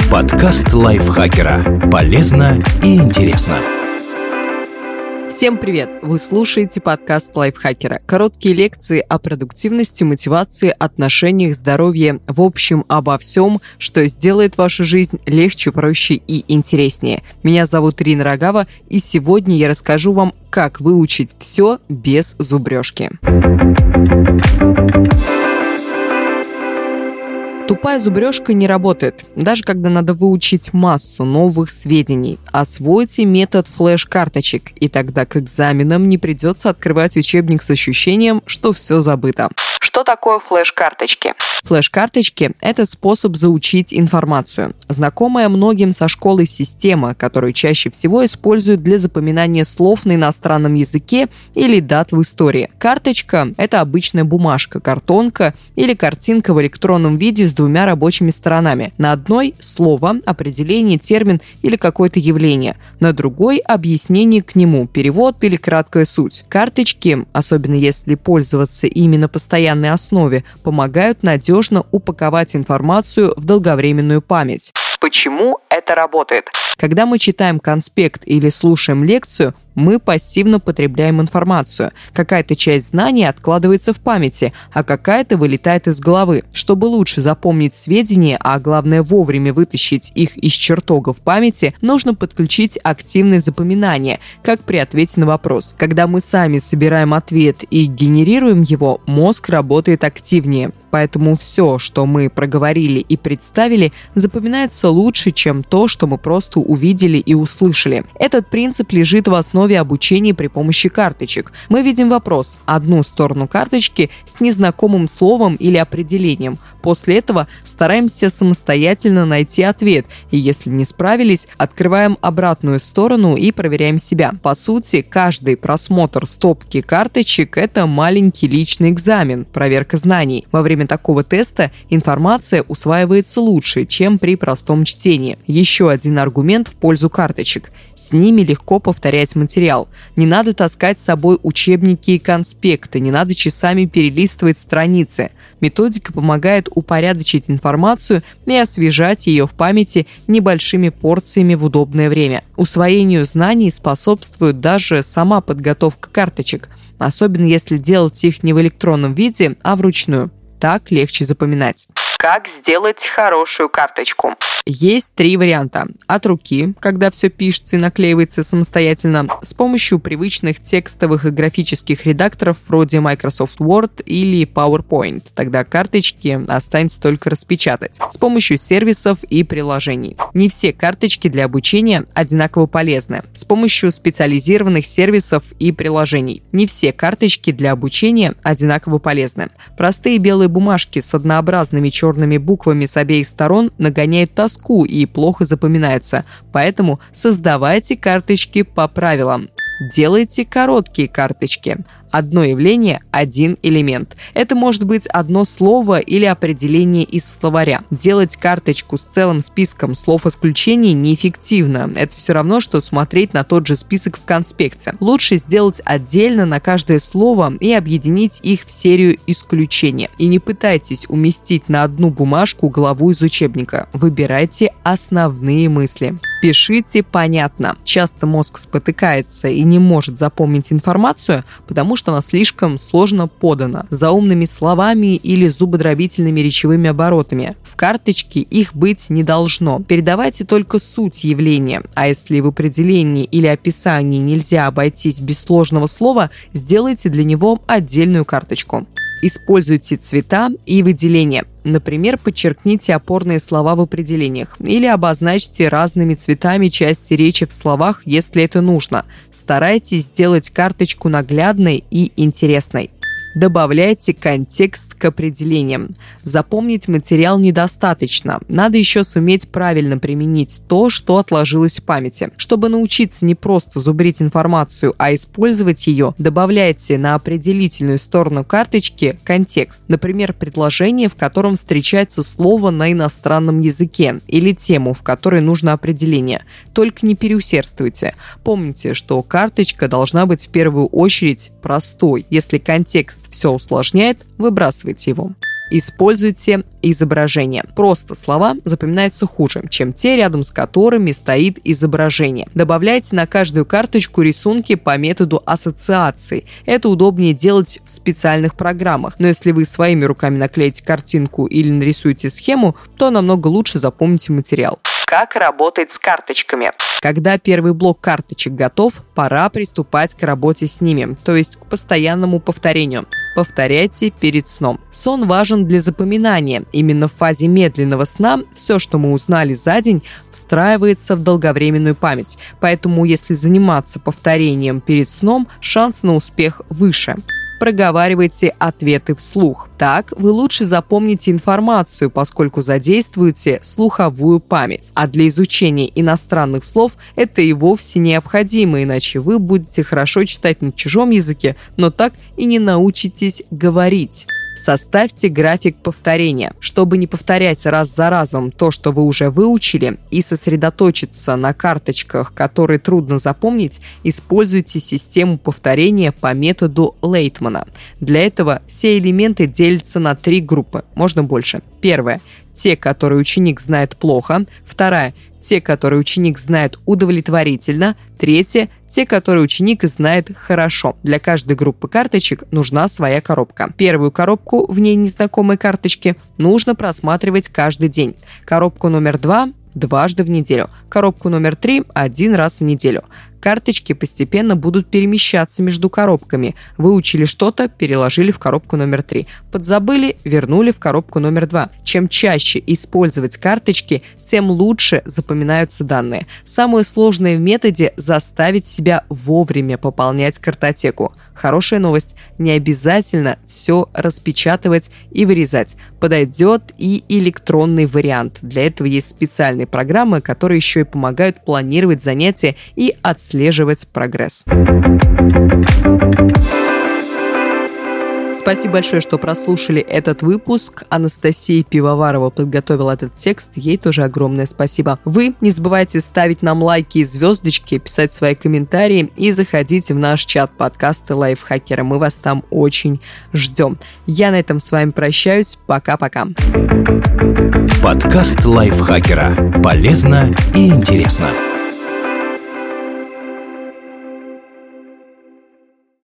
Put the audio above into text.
Подкаст лайфхакера. Полезно и интересно. Всем привет! Вы слушаете подкаст лайфхакера. Короткие лекции о продуктивности, мотивации, отношениях, здоровье, в общем, обо всем, что сделает вашу жизнь легче, проще и интереснее. Меня зовут Ирина Рогава, и сегодня я расскажу вам, как выучить все без зубрежки. Тупая зубрежка не работает, даже когда надо выучить массу новых сведений. Освойте метод флеш-карточек, и тогда к экзаменам не придется открывать учебник с ощущением, что все забыто. Что такое флеш-карточки? Флеш-карточки – это способ заучить информацию. Знакомая многим со школы система, которую чаще всего используют для запоминания слов на иностранном языке или дат в истории. Карточка – это обычная бумажка, картонка или картинка в электронном виде с двумя рабочими сторонами. На одной – слово, определение, термин или какое-то явление. На другой – объяснение к нему, перевод или краткая суть. Карточки, особенно если пользоваться ими на постоянной основе, помогают надежно упаковать информацию в долговременную память. Почему это работает? Когда мы читаем конспект или слушаем лекцию, мы пассивно потребляем информацию. Какая-то часть знаний откладывается в памяти, а какая-то вылетает из головы. Чтобы лучше запомнить сведения, а главное вовремя вытащить их из чертогов памяти, нужно подключить активное запоминание, как при ответе на вопрос. Когда мы сами собираем ответ и генерируем его, мозг работает активнее. Поэтому все, что мы проговорили и представили, запоминается лучше, чем то, что мы просто увидели и услышали. Этот принцип лежит в основе обучения при помощи карточек. Мы видим вопрос, одну сторону карточки с незнакомым словом или определением. После этого стараемся самостоятельно найти ответ, и если не справились, открываем обратную сторону и проверяем себя. По сути, каждый просмотр стопки карточек – это маленький личный экзамен, проверка знаний. Во время такого теста информация усваивается лучше, чем при простом чтении. Еще один аргумент в пользу карточек. С ними легко повторять материал. Не надо таскать с собой учебники и конспекты, не надо часами перелистывать страницы. Методика помогает упорядочить информацию и освежать ее в памяти небольшими порциями в удобное время. Усвоению знаний способствует даже сама подготовка карточек, особенно если делать их не в электронном виде, а вручную. Так легче запоминать. Как сделать хорошую карточку? Есть 3 варианта. От руки, когда все пишется и наклеивается самостоятельно, с помощью привычных текстовых и графических редакторов вроде Microsoft Word или PowerPoint. Тогда карточки останется только распечатать. С помощью сервисов и приложений. Не все карточки для обучения одинаково полезны. С помощью специализированных сервисов и приложений. Не все карточки для обучения одинаково полезны. Простые белые бумажки с однообразными черными буквами с обеих сторон нагоняют тоску и плохо запоминаются, поэтому создавайте карточки по правилам. Делайте короткие карточки. Одно явление – один элемент. Это может быть одно слово или определение из словаря. Делать карточку с целым списком слов-исключений неэффективно. Это все равно, что смотреть на тот же список в конспекте. Лучше сделать отдельно на каждое слово и объединить их в серию исключения. И не пытайтесь уместить на одну бумажку главу из учебника. Выбирайте основные мысли. Пишите понятно. Часто мозг спотыкается и не может запомнить информацию, потому что она слишком сложно подана, заумными словами или зубодробительными речевыми оборотами. В карточке их быть не должно. Передавайте только суть явления, а если в определении или описании нельзя обойтись без сложного слова, сделайте для него отдельную карточку. Используйте цвета и выделения. Например, подчеркните опорные слова в определениях или обозначьте разными цветами части речи в словах, если это нужно. Старайтесь сделать карточку наглядной и интересной. Добавляйте контекст к определениям. Запомнить материал недостаточно. Надо еще суметь правильно применить то, что отложилось в памяти. Чтобы научиться не просто зубрить информацию, а использовать ее, добавляйте на определительную сторону карточки контекст. Например, предложение, в котором встречается слово на иностранном языке, или тему, в которой нужно определение. Только не переусердствуйте. Помните, что карточка должна быть в первую очередь простой. Если контекст все усложняет, выбрасывайте его. Используйте изображение. Просто слова запоминаются хуже, чем те, рядом с которыми стоит изображение. Добавляйте на каждую карточку рисунки по методу ассоциации. Это удобнее делать в специальных программах. Но если вы своими руками наклеите картинку или нарисуете схему, то намного лучше запомните материал. Как работать с карточками? Когда первый блок карточек готов, пора приступать к работе с ними, то есть к постоянному повторению. Повторяйте перед сном. Сон важен для запоминания. Именно в фазе медленного сна все, что мы узнали за день, встраивается в долговременную память. Поэтому, если заниматься повторением перед сном, шанс на успех выше. Проговаривайте ответы вслух. Так вы лучше запомните информацию, поскольку задействуете слуховую память. А для изучения иностранных слов это и вовсе необходимо, иначе вы будете хорошо читать на чужом языке, но так и не научитесь говорить. Составьте график повторения. Чтобы не повторять раз за разом то, что вы уже выучили, и сосредоточиться на карточках, которые трудно запомнить, используйте систему повторения по методу Лейтмана. Для этого все элементы делятся на 3 группы, можно больше. Первая – те, которые ученик знает плохо. Вторая – те, которые ученик знает удовлетворительно. Третья – те, которые ученик знает хорошо. Для каждой группы карточек нужна своя коробка. Первую коробку, в ней незнакомые карточки, нужно просматривать каждый день. Коробку номер 2 – дважды в неделю. Коробку номер 3 – 1 раз в неделю. Карточки постепенно будут перемещаться между коробками. Выучили что-то, переложили в коробку номер 3. Подзабыли, вернули в коробку номер 2. Чем чаще использовать карточки, тем лучше запоминаются данные. Самое сложное в методе – заставить себя вовремя пополнять картотеку. Хорошая новость – не обязательно все распечатывать и вырезать. Подойдет и электронный вариант. Для этого есть специальные программы, которые еще и помогают планировать занятия и отслеживать прогресс. Спасибо большое, что прослушали этот выпуск. Анастасия Пивоварова подготовила этот текст. Ей тоже огромное спасибо. Вы не забывайте ставить нам лайки и звездочки, писать свои комментарии и заходите в наш чат подкаста Лайфхакера. Мы вас там очень ждем. Я на этом с вами прощаюсь. Пока-пока. Подкаст Лайфхакера. Полезно и интересно.